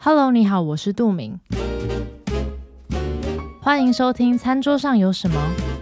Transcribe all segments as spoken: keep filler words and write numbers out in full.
Hello， 你好，我是杜明，欢迎收听餐桌上有什么。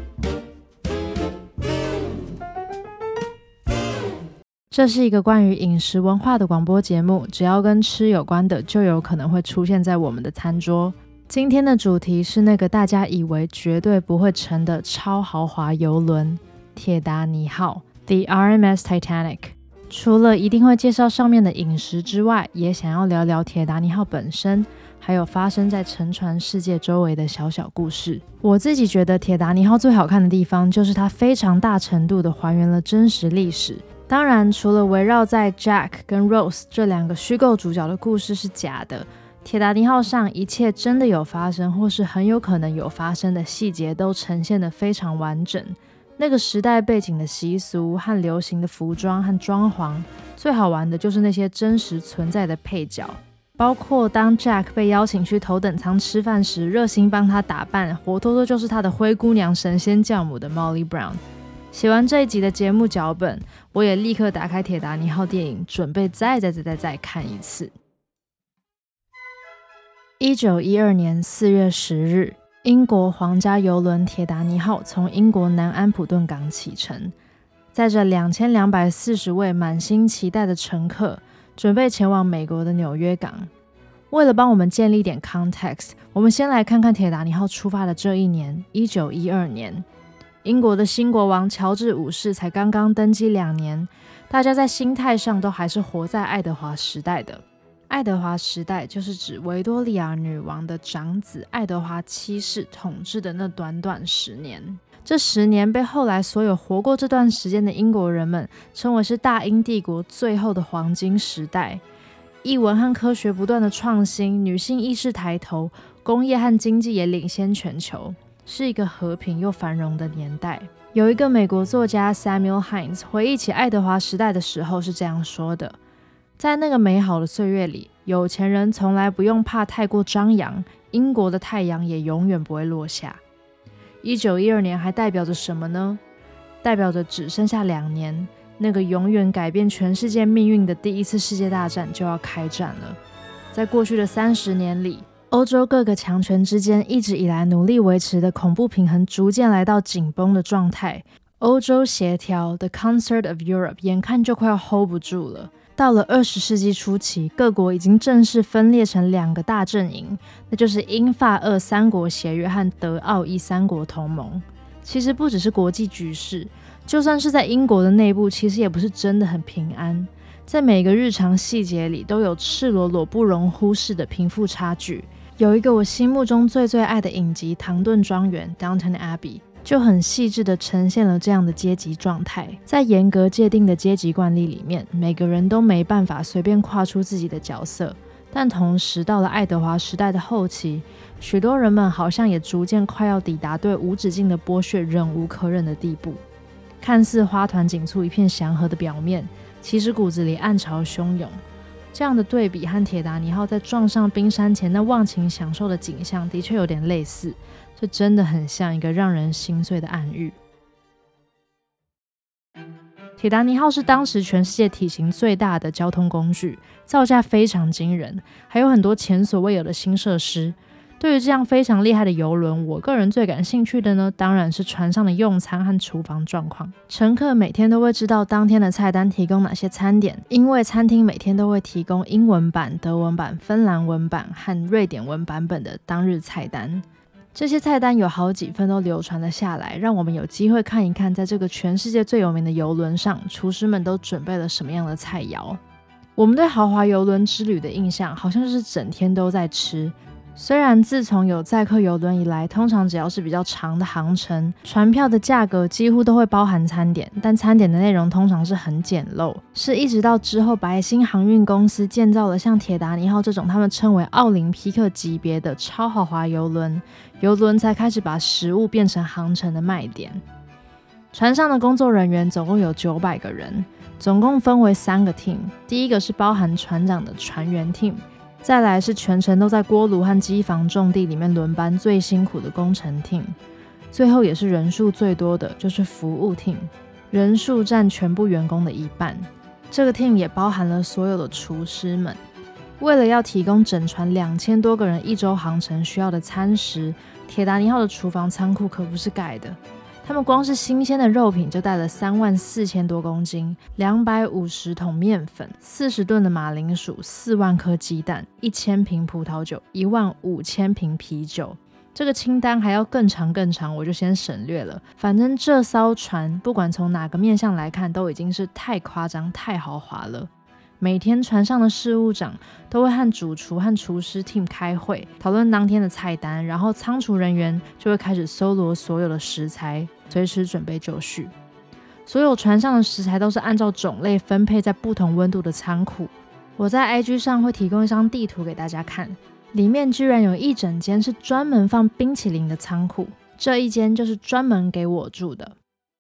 这是一个关于饮食文化的广播节目，只要跟吃有关的，就有可能会出现在我们的餐桌。今天的主题是那个大家以为绝对不会沉的超豪华邮轮——铁达尼号 The R M S Titanic。除了一定会介绍上面的饮食之外，也想要聊聊铁达尼号本身，还有发生在沉船世界周围的小小故事。我自己觉得铁达尼号最好看的地方，就是它非常大程度的还原了真实历史。当然，除了围绕在 Jack 跟 Rose 这两个虚构主角的故事是假的，铁达尼号上一切真的有发生或是很有可能有发生的细节都呈现得非常完整。那个时代背景的习俗和流行的服装和装潢，最好玩的就是那些真实存在的配角，包括当 Jack 被邀请去头等舱吃饭时，热心帮他打扮，活脱脱就是他的灰姑娘神仙教母的 Molly Brown。写完这一集的节目脚本，我也立刻打开铁达尼号电影，准备再再再再再看一次。一九一二年四月十日，英国皇家邮轮铁达尼号从英国南安普顿港启程，载着两千两百四十位满心期待的乘客，准备前往美国的纽约港。为了帮我们建立一点 context， 我们先来看看铁达尼号出发的这一年，一九一二年。英国的新国王乔治五世才刚刚登基两年，大家在心态上都还是活在爱德华时代的。爱德华时代就是指维多利亚女王的长子爱德华七世统治的那短短十年。这十年被后来所有活过这段时间的英国人们称为是大英帝国最后的黄金时代。艺文和科学不断的创新，女性意识抬头，工业和经济也领先全球，是一个和平又繁荣的年代。有一个美国作家 Samuel Hines 回忆起爱德华时代的时候是这样说的：在那个美好的岁月里，有钱人从来不用怕太过张扬，英国的太阳也永远不会落下。一九一二年还代表着什么呢？代表着只剩下两年，那个永远改变全世界命运的第一次世界大战就要开战了。在过去的三十年里，欧洲各个强权之间一直以来努力维持的恐怖平衡逐渐来到紧绷的状态。欧洲协调 The Concert of Europe 眼看就快要 hold 不住了。到了二十世纪初期，各国已经正式分裂成两个大阵营，那就是英法俄三国协约和德奥意三国同盟。其实不只是国际局势，就算是在英国的内部，其实也不是真的很平安。在每个日常细节里都有赤裸裸不容忽视的贫富差距。有一个我心目中最最爱的影集《唐顿庄园》 Downton Abbey， 就很细致地呈现了这样的阶级状态。在严格界定的阶级惯例里面，每个人都没办法随便跨出自己的角色，但同时到了爱德华时代的后期，许多人们好像也逐渐快要抵达对无止境的剥削忍无可忍的地步。看似花团锦簇一片祥和的表面，其实骨子里暗潮汹涌。这样的对比和铁达尼号在撞上冰山前那忘情享受的景象的确有点类似，这真的很像一个让人心碎的暗喻。铁达尼号是当时全世界体型最大的交通工具，造价非常惊人，还有很多前所未有的新设施。对于这样非常厉害的邮轮，我个人最感兴趣的呢，当然是船上的用餐和厨房状况。乘客每天都会知道当天的菜单提供哪些餐点，因为餐厅每天都会提供英文版、德文版、芬兰文版和瑞典文版本的当日菜单。这些菜单有好几份都流传了下来，让我们有机会看一看，在这个全世界最有名的邮轮上，厨师们都准备了什么样的菜肴。我们对豪华邮轮之旅的印象，好像就是整天都在吃。虽然自从有载客邮轮以来，通常只要是比较长的航程，船票的价格几乎都会包含餐点，但餐点的内容通常是很简陋，是一直到之后白星航运公司建造了像铁达尼号这种他们称为奥林匹克级别的超豪华邮轮，邮轮才开始把食物变成航程的卖点。船上的工作人员总共有九百个人，总共分为三个 team， 第一个是包含船长的船员 team，再来是全程都在锅炉和机房重地里面轮班最辛苦的工程 team， 最后也是人数最多的就是服务 team， 人数占全部员工的一半。这个 team 也包含了所有的厨师们。 为了要提供整船两千多个人一周航程需要的餐食，铁达尼号的厨房仓库可不是盖的。他们光是新鲜的肉品就带了三万四千多公斤、两百五十桶面粉、四十吨的马铃薯、四万颗鸡蛋、一千瓶葡萄酒、一万五千瓶啤酒。这个清单还要更长更长，我就先省略了。反正这艘船不管从哪个面向来看，都已经是太夸张、太豪华了。每天船上的事务长都会和主厨和厨师 team 开会，讨论当天的菜单，然后仓储人员就会开始搜罗所有的食材，随时准备就绪。所有船上的食材都是按照种类分配在不同温度的仓库。我在 I G 上会提供一张地图给大家看，里面居然有一整间是专门放冰淇淋的仓库，这一间就是专门给我住的。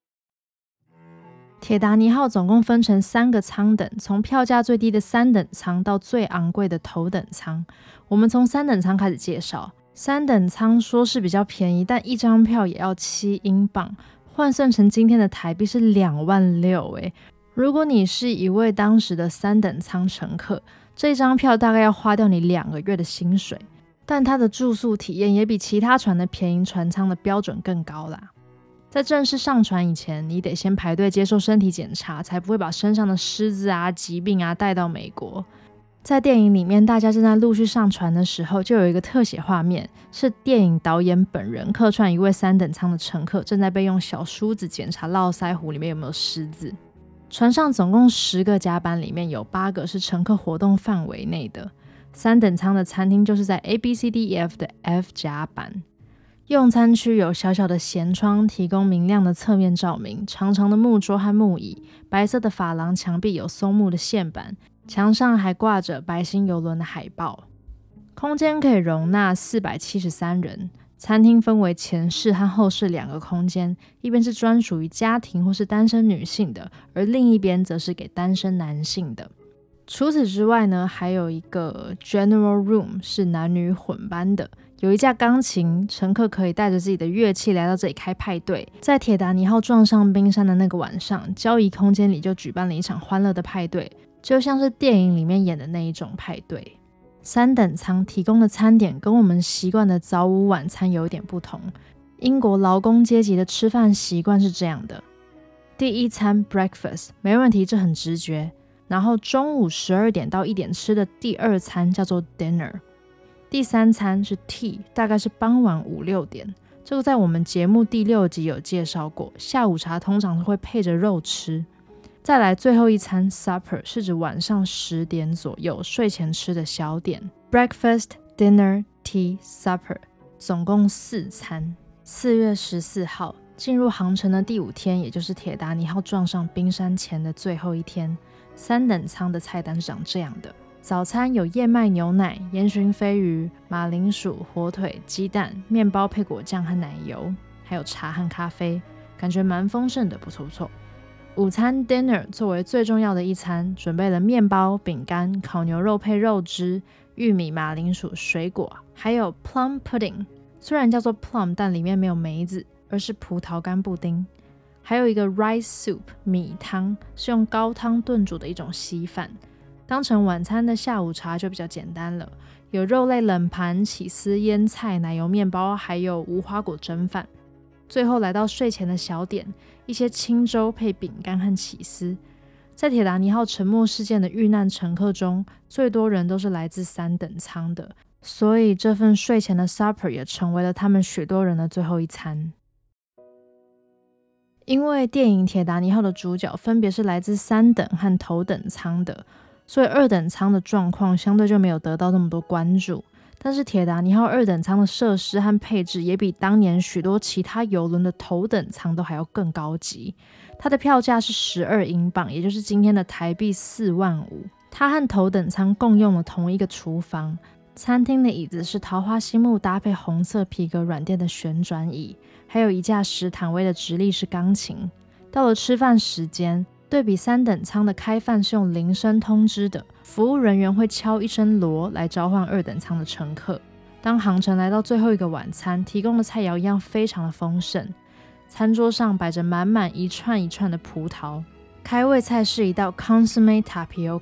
铁达尼号总共分成三个舱等，从票价最低的三等舱到最昂贵的头等舱。我们从三等舱开始介绍。三等舱说是比较便宜，但一张票也要七英镑，换算成今天的台币是两万六耶。如果你是一位当时的三等舱乘客，这张票大概要花掉你两个月的薪水。但它的住宿体验也比其他船的便宜船舱的标准更高啦。在正式上船以前，你得先排队接受身体检查，才不会把身上的虱子啊、疾病啊带到美国。在电影里面，大家正在陆续上船的时候，就有一个特写画面，是电影导演本人客串一位三等舱的乘客，正在被用小梳子检查络腮胡里面有没有虱子。船上总共十个甲板，里面有八个是乘客活动范围内的。三等舱的餐厅就是在 A B C D E F 的 F 甲板。用餐区有小小的舷窗，提供明亮的侧面照明，长长的木桌和木椅，白色的珐琅墙壁有松木的线板，墙上还挂着白星邮轮的海报。空间可以容纳四百七十三人。餐厅分为前室和后室两个空间，一边是专属于家庭或是单身女性的，而另一边则是给单身男性的。除此之外呢，还有一个 General Room 是男女混班的，有一架钢琴，乘客可以带着自己的乐器来到这里开派对。在铁达尼号撞上冰山的那个晚上，交易空间里就举办了一场欢乐的派对，就像是电影里面演的那一种派对。三等舱提供的餐点跟我们习惯的早午晚餐有一点不同。英国劳工阶级的吃饭习惯是这样的：第一餐 breakfast 没问题，这很直觉。然后中午十二点到一点吃的第二餐叫做 dinner。第三餐是 tea， 大概是傍晚五六点，这个在我们节目第六集有介绍过。下午茶通常会配着肉吃。再来最后一餐 supper 是指晚上十点左右睡前吃的小点。 breakfast, dinner, tea, supper 总共四餐。四月十四号进入航程的第五天，也就是铁达尼号撞上冰山前的最后一天，三等舱的菜单是长这样的：早餐有燕麦牛奶、烟熏飞鱼、马铃薯、火腿、鸡蛋、面包配果酱和奶油，还有茶和咖啡，感觉蛮丰盛的，不错不错。午餐 dinner 作为最重要的一餐，准备了面包、饼干、烤牛肉配肉汁、玉米、马铃薯、水果，还有 plum pudding， 虽然叫做 plum， 但里面没有梅子，而是葡萄干布丁。还有一个 rice soup 米汤，是用高汤炖煮的一种稀饭。当成晚餐的下午茶就比较简单了，有肉类冷盘、起司、腌菜、奶油面包，还有无花果蒸饭。最后来到睡前的小点，一些清粥配饼干和起司。在铁达尼号沉没事件的遇难乘客中，最多人都是来自三等舱的，所以这份睡前的 supper 也成为了他们许多人的最后一餐。因为电影铁达尼号的主角分别是来自三等和头等舱的，所以二等舱的状况相对就没有得到那么多关注。但是铁达尼号二等舱的设施和配置也比当年许多其他邮轮的头等舱都还要更高级。它的票价是十二英镑，也就是今天的台币四万五。它和头等舱共用了同一个厨房，餐厅的椅子是桃花心木搭配红色皮革软垫的旋转椅，还有一架十坦威的直立式钢琴。到了吃饭时间，对比三等舱的开饭是用铃声通知的，服务人员会敲一声锣来召唤二等舱的乘客。当航程来到最后一个晚餐，提供的菜肴一样非常的丰盛，餐桌上摆着满满一串一串的葡萄。开胃菜是一道 consomme tapioca，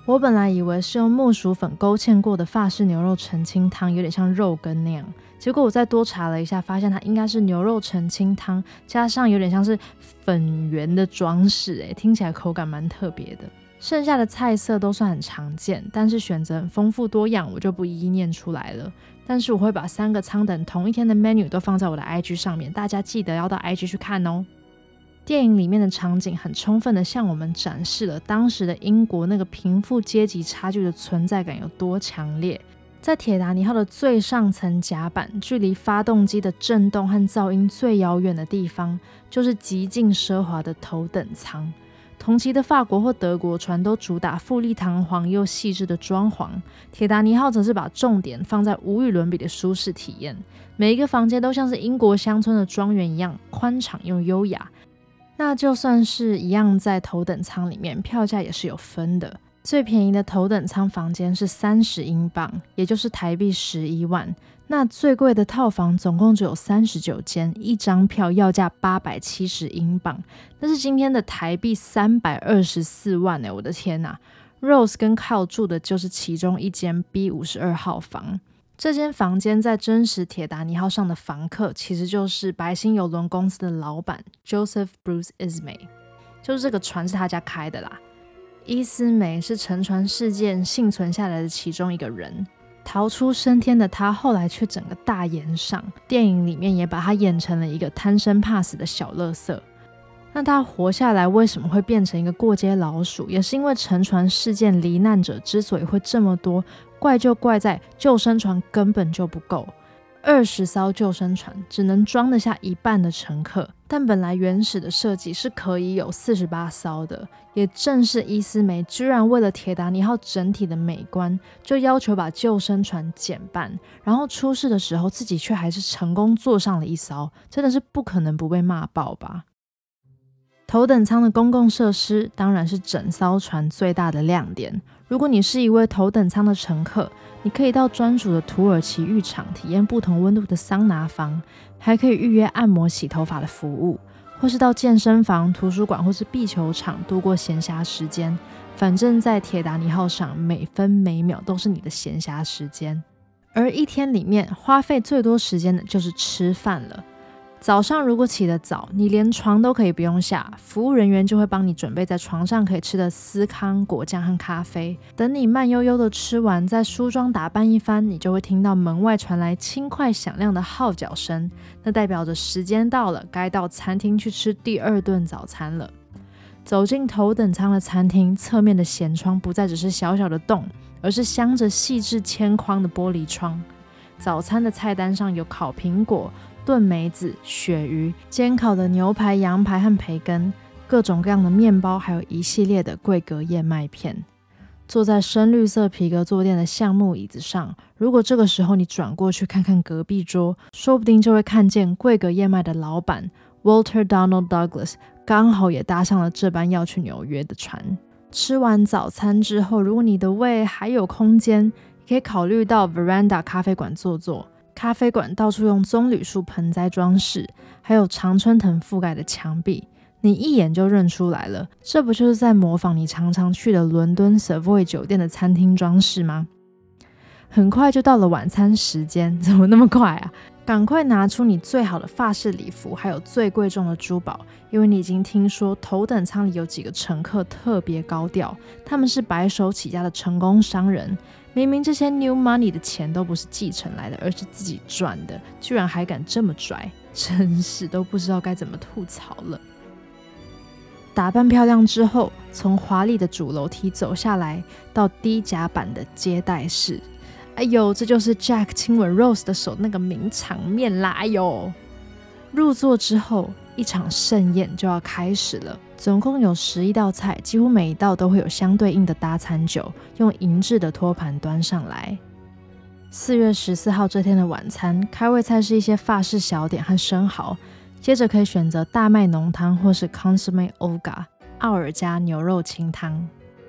我本来以为是用木薯粉勾芡过的法式牛肉澄清汤，有点像肉羹那样，结果我再多查了一下，发现它应该是牛肉澄清汤加上有点像是粉圆的装饰，欸，听起来口感蛮特别的。剩下的菜色都算很常见，但是选择很丰富多样，我就不一一念出来了。但是我会把三个舱等同一天的 menu 都放在我的 I G 上面，大家记得要到 I G 去看哦。电影里面的场景很充分的向我们展示了当时的英国那个贫富阶级差距的存在感有多强烈。在铁达尼号的最上层甲板，距离发动机的震动和噪音最遥远的地方，就是极尽奢华的头等舱。同期的法国或德国船都主打富丽堂皇又细致的装潢，铁达尼号则是把重点放在无与伦比的舒适体验。每一个房间都像是英国乡村的庄园一样宽敞又优雅。那就算是一样在头等舱里面，票价也是有分的。最便宜的头等舱房间是三十英镑，也就是台币十一万。那最贵的套房总共只有三十九间，一张票要价八百七十英镑，那是今天的台币三百二十四万，欸，我的天哪！ Rose 跟 Kyle 住的就是其中一间 B 五十二号房。这间房间在真实铁达尼号上的房客其实就是白星邮轮公司的老板 Joseph Bruce Ismay， 就是这个船是他家开的啦。伊斯梅是沉船事件幸存下来的其中一个人，逃出升天的他后来却整个大延上，电影里面也把他演成了一个贪生怕死的小垃圾。那他活下来为什么会变成一个过街老鼠，也是因为沉船事件罹难者之所以会这么多，怪就怪在救生船根本就不够。二十艘救生船只能装得下一半的乘客，但本来原始的设计是可以有四十八艘的。也正是伊斯梅居然为了铁达尼号整体的美观，就要求把救生船减半，然后出事的时候自己却还是成功坐上了一艘，真的是不可能不被骂爆吧。头等舱的公共设施当然是整艘船最大的亮点。如果你是一位头等舱的乘客，你可以到专属的土耳其浴场体验不同温度的桑拿房，还可以预约按摩洗头发的服务，或是到健身房、图书馆或是壁球场度过闲暇时间。反正在铁达尼号上，每分每秒都是你的闲暇时间。而一天里面花费最多时间的就是吃饭了。早上如果起得早，你连床都可以不用下，服务人员就会帮你准备在床上可以吃的司康、果酱和咖啡。等你慢悠悠的吃完，再梳妆打扮一番，你就会听到门外传来轻快响亮的号角声，那代表着时间到了，该到餐厅去吃第二顿早餐了。走进头等舱的餐厅，侧面的舷窗不再只是小小的洞，而是镶着细致铅框的玻璃窗。早餐的菜单上有烤苹果、炖梅子、鳕鱼、煎烤的牛排、羊排和培根，各种各样的面包，还有一系列的桂格燕麦片。坐在深绿色皮革坐垫的橡木椅子上，如果这个时候你转过去看看隔壁桌，说不定就会看见桂格燕麦的老板 Walter Donald Douglas 刚好也搭上了这班要去纽约的船。吃完早餐之后，如果你的胃还有空间，可以考虑到 Veranda 咖啡馆坐坐。咖啡馆到处用棕榈树盆栽装饰，还有常春藤覆盖的墙壁，你一眼就认出来了，这不就是在模仿你常常去的伦敦 Savoy 酒店的餐厅装饰吗？很快就到了晚餐时间，怎么那么快啊？赶快拿出你最好的法式礼服，还有最贵重的珠宝，因为你已经听说头等舱里有几个乘客特别高调，他们是白手起家的成功商人。明明这些 new money 的钱都不是继承来的，而是自己赚的，居然还敢这么拽，真是都不知道该怎么吐槽了。打扮漂亮之后，从华丽的主楼梯走下来，到低甲板的接待室。哎呦，这就是 Jack 亲吻 Rose 的手那个名场面啦！哎呦，入座之后，一场盛宴就要开始了。总共有十一道菜，几乎每一道都会有相对应的搭餐酒，用银质的托盘端上来。四月十四号这天的晚餐，开胃菜是一些法式小点和生蚝，接着可以选择大麦浓汤或是 Consommé Olga 奥尔加牛肉清汤。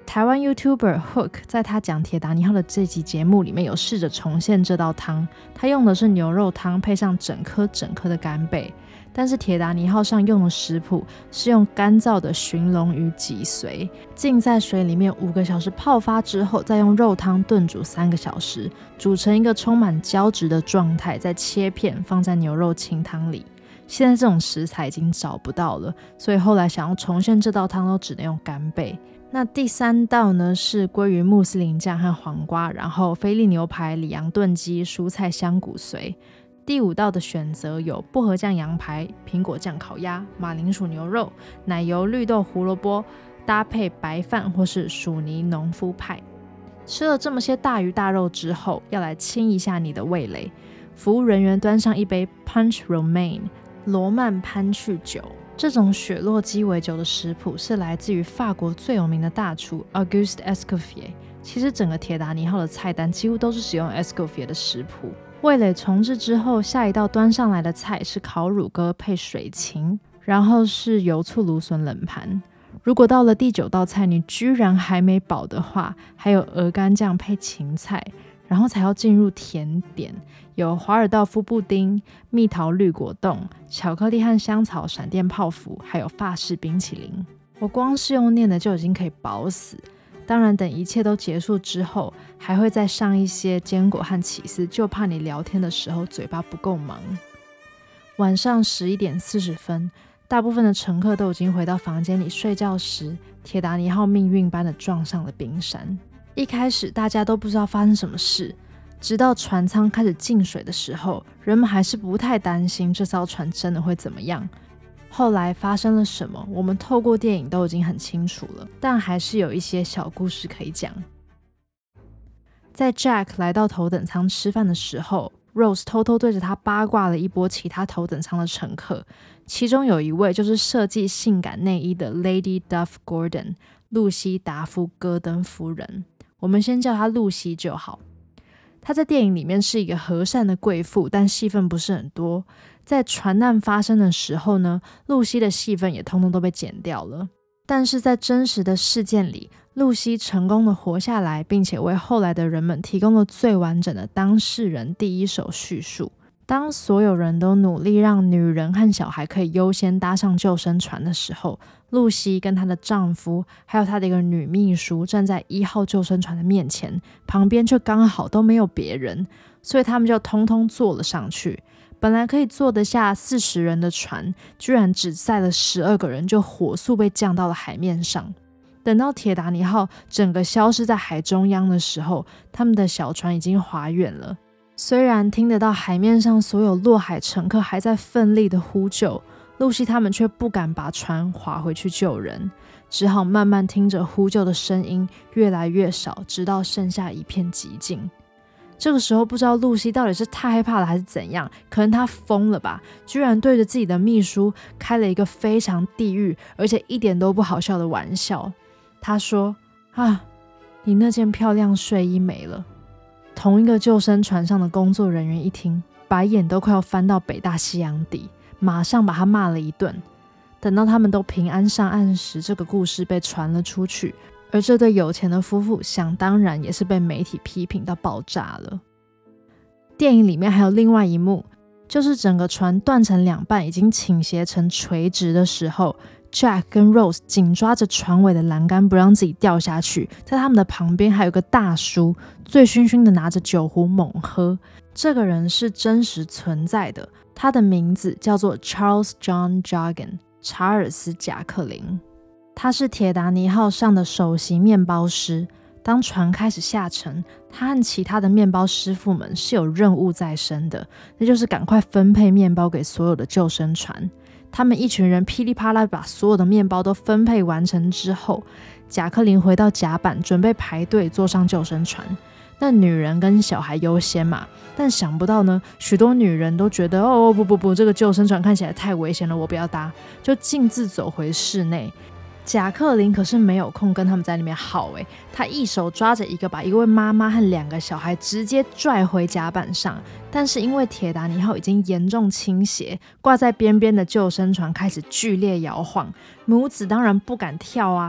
台湾 YouTuber Hook 在他讲铁达尼号的这集节目里面有试着重现这道汤，他用的是牛肉汤配上整颗整颗的干贝，但是铁达尼号上用的食谱是用干燥的寻龙鱼脊髓，浸在水里面五个小时泡发之后，再用肉汤炖煮三个小时，煮成一个充满胶质的状态，再切片放在牛肉清汤里。现在这种食材已经找不到了，所以后来想要重现这道汤都只能用干贝。那第三道呢是鲑鱼穆斯林酱和黄瓜，然后菲力牛排、里昂炖鸡、蔬菜香骨髓。第五道的选择有薄荷酱羊排、苹果酱烤鸭、马铃薯牛肉、奶油绿豆胡萝卜，搭配白饭或是薯泥农夫派。吃了这么些大鱼大肉之后，要来清一下你的味蕾。服务人员端上一杯 Punch Romaine 罗曼潘趣酒。这种雪洛鸡尾酒的食谱是来自于法国最有名的大厨 Auguste Escoffier。其实整个铁达尼号的菜单几乎都是使用 Escoffier 的食谱。味蕾重置之后，下一道端上来的菜是烤乳鸽配水芹，然后是油醋芦笋冷盘。如果到了第九道菜你居然还没饱的话，还有鹅肝酱配芹菜，然后才要进入甜点，有华尔道夫布丁、蜜桃绿果冻、巧克力和香草闪电泡芙，还有法式冰淇淋。我光是用念的就已经可以饱死，当然等一切都结束之后，还会再上一些坚果和起司，就怕你聊天的时候嘴巴不够忙。晚上十一点四十分，大部分的乘客都已经回到房间里睡觉时，铁达尼号命运般的撞上了冰山。一开始大家都不知道发生什么事，直到船舱开始进水的时候，人们还是不太担心这艘船真的会怎么样。后来发生了什么，我们透过电影都已经很清楚了，但还是有一些小故事可以讲。在 Jack 来到头等舱吃饭的时候， Rose 偷偷对着他八卦了一波其他头等舱的乘客，其中有一位就是设计性感内衣的 Lady Duff Gordon 露西达夫戈登夫人，我们先叫她露西就好。她在电影里面是一个和善的贵妇，但戏份不是很多。在船难发生的时候呢，露西的戏份也通通都被剪掉了。但是在真实的事件里，露西成功的活下来，并且为后来的人们提供了最完整的当事人第一手叙述。当所有人都努力让女人和小孩可以优先搭上救生船的时候，露西跟她的丈夫还有她的一个女秘书站在一号救生船的面前，旁边却刚好都没有别人，所以他们就通通坐了上去。本来可以坐得下四十人的船，居然只载了十二个人，就火速被降到了海面上。等到铁达尼号整个消失在海中央的时候，他们的小船已经划远了。虽然听得到海面上所有落海乘客还在奋力的呼救，露西他们却不敢把船划回去救人，只好慢慢听着呼救的声音越来越少，直到剩下一片寂静。这个时候不知道露西到底是太害怕了还是怎样，可能她疯了吧，居然对着自己的秘书开了一个非常地狱而且一点都不好笑的玩笑。她说啊，你那件漂亮睡衣没了。同一个救生船上的工作人员一听，白眼都快要翻到北大西洋底，马上把他骂了一顿。等到他们都平安上岸时，这个故事被传了出去，而这对有钱的夫妇想当然也是被媒体批评到爆炸了。电影里面还有另外一幕，就是整个船断成两半，已经倾斜成垂直的时候， Jack 跟 Rose 紧抓着船尾的栏杆不让自己掉下去，在他们的旁边还有个大叔，醉醺醺的拿着酒壶猛喝。这个人是真实存在的，他的名字叫做 Charles John Jagan 查尔斯贾克林。他是铁达尼号上的首席面包师。当船开始下沉，他和其他的面包师傅们是有任务在身的，那就是赶快分配面包给所有的救生船。他们一群人噼里啪啦把所有的面包都分配完成之后，贾克林回到甲板准备排队坐上救生船。那女人跟小孩优先嘛，但想不到呢，许多女人都觉得哦不不不，这个救生船看起来太危险了，我不要搭，就径自走回室内。贾克林可是没有空跟他们在那边耗欸，他一手抓着一个，把一位妈妈和两个小孩直接拽回甲板上。但是因为铁达尼号已经严重倾斜，挂在边边的救生船开始剧烈摇晃，母子当然不敢跳啊。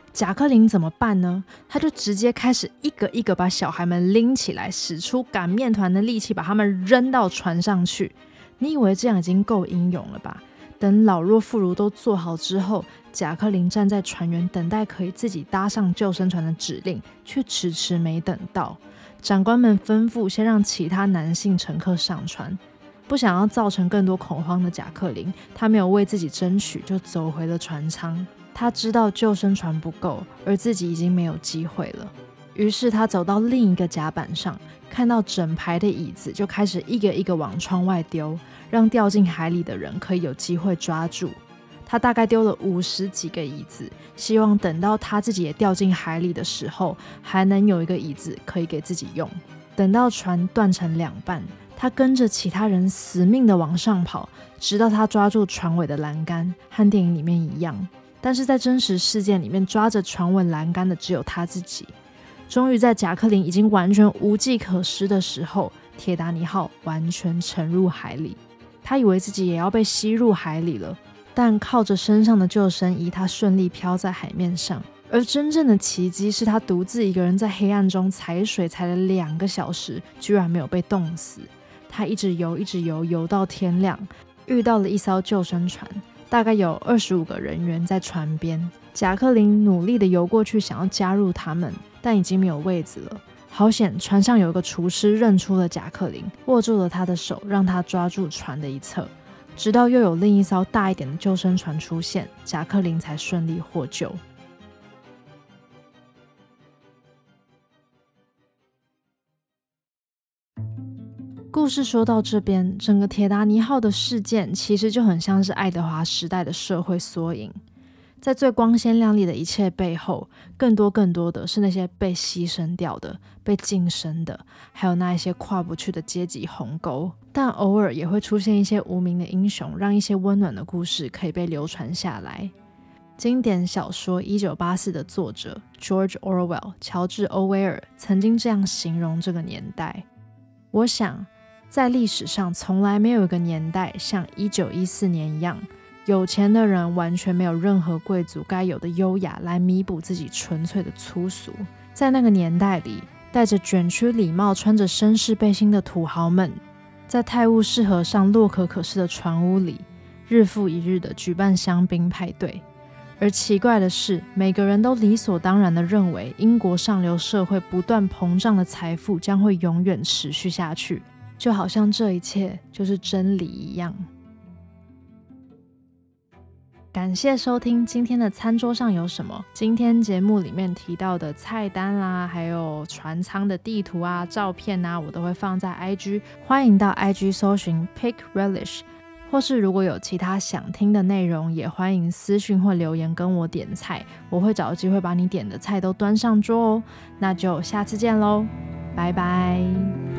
贾克林怎么办呢？他就直接开始一个一个把小孩们拎起来，使出擀面团的力气把他们扔到船上去。你以为这样已经够英勇了吧？等老弱妇孺都做好之后，贾克林站在船员等待可以自己搭上救生船的指令，却迟迟没等到。长官们吩咐先让其他男性乘客上船。不想要造成更多恐慌的贾克林，他没有为自己争取，就走回了船舱。他知道救生船不够，而自己已经没有机会了。于是他走到另一个甲板上，看到整排的椅子，就开始一个一个往窗外丢，让掉进海里的人可以有机会抓住。他大概丢了五十几个椅子，希望等到他自己也掉进海里的时候，还能有一个椅子可以给自己用。等到船断成两半，他跟着其他人死命地往上跑，直到他抓住船尾的栏杆，和电影里面一样。但是在真实事件里面，抓着船尾栏杆的只有他自己。终于在贾克林已经完全无计可施的时候，铁达尼号完全沉入海里。他以为自己也要被吸入海里了，但靠着身上的救生衣，他顺利飘在海面上。而真正的奇迹是他独自一个人在黑暗中踩水踩了两个小时，居然没有被冻死。他一直游一直游，游到天亮，遇到了一艘救生船，大概有二十五个人员在船边。贾克林努力地游过去，想要加入他们，但已经没有位子了。好险，船上有个厨师认出了贾克林，握住了他的手，让他抓住船的一侧。直到又有另一艘大一点的救生船出现，贾克林才顺利获救。故事说到这边，整个铁达尼号的事件其实就很像是爱德华时代的社会缩影。在最光鲜亮丽的一切背后，更多更多的是那些被牺牲掉的、被晋升的，还有那一些跨不去的阶级鸿沟。但偶尔也会出现一些无名的英雄，让一些温暖的故事可以被流传下来。经典小说《一九八四》的作者 George Orwell 乔治·欧威尔曾经这样形容这个年代：我想在历史上从来没有一个年代像一九一四年一样，有钱的人完全没有任何贵族该有的优雅来弥补自己纯粹的粗俗。在那个年代里，戴着卷曲礼帽、穿着绅士背心的土豪们，在泰晤士河上洛可可式的船屋里，日复一日的举办香槟派对。而奇怪的是，每个人都理所当然地认为，英国上流社会不断膨胀的财富将会永远持续下去，就好像这一切就是真理一样。感谢收听今天的餐桌上有什么。今天节目里面提到的菜单啦，还有船舱的地图啊、照片啊，我都会放在 I G， 欢迎到 I G 搜寻 Pick Relish， 或是如果有其他想听的内容，也欢迎私讯或留言跟我点菜，我会找机会把你点的菜都端上桌哦。那就下次见咯，拜拜。